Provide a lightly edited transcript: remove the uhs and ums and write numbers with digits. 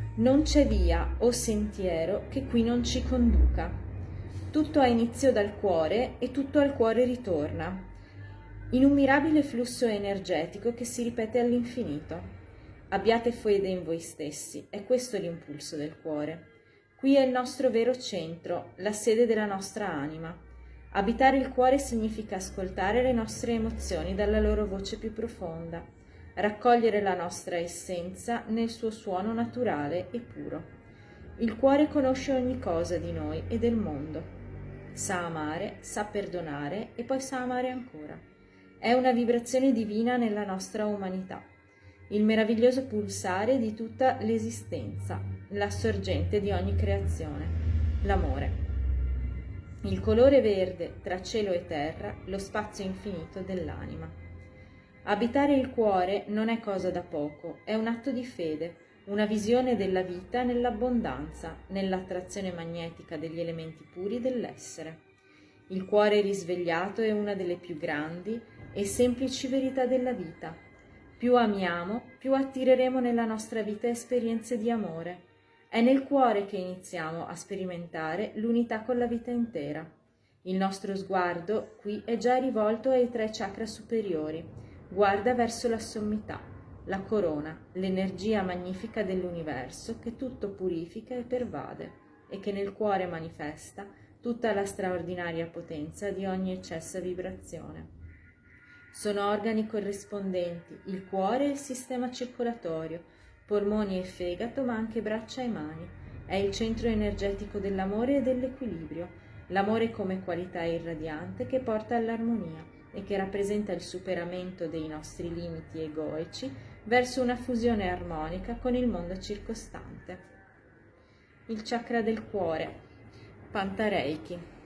Non c'è via o sentiero che qui non ci conduca. Tutto ha inizio dal cuore e tutto al cuore ritorna, in un mirabile flusso energetico che si ripete all'infinito. Abbiate fede in voi stessi, è questo l'impulso del cuore. Qui è il nostro vero centro, la sede della nostra anima. Abitare il cuore significa ascoltare le nostre emozioni dalla loro voce più profonda, raccogliere la nostra essenza nel suo suono naturale e puro. Il cuore conosce ogni cosa di noi e del mondo. Sa amare, sa perdonare e poi sa amare ancora. È una vibrazione divina nella nostra umanità, il meraviglioso pulsare di tutta l'esistenza, la sorgente di ogni creazione, l'amore. Il colore verde tra cielo e terra, lo spazio infinito dell'anima. Abitare il cuore non è cosa da poco, è un atto di fede, una visione della vita nell'abbondanza, nell'attrazione magnetica degli elementi puri dell'essere. Il cuore risvegliato è una delle più grandi e semplici verità della vita. Più amiamo, più attireremo nella nostra vita esperienze di amore. È nel cuore che iniziamo a sperimentare l'unità con la vita intera. Il nostro sguardo qui è già rivolto ai 3 chakra superiori. Guarda verso la sommità, la corona, l'energia magnifica dell'universo che tutto purifica e pervade e che nel cuore manifesta tutta la straordinaria potenza di ogni eccessa vibrazione. Sono organi corrispondenti, il cuore e il sistema circolatorio, polmoni e fegato, ma anche braccia e mani. È il centro energetico dell'amore e dell'equilibrio, l'amore come qualità irradiante che porta all'armonia e che rappresenta il superamento dei nostri limiti egoici verso una fusione armonica con il mondo circostante. Il chakra del cuore, Panta Reiki.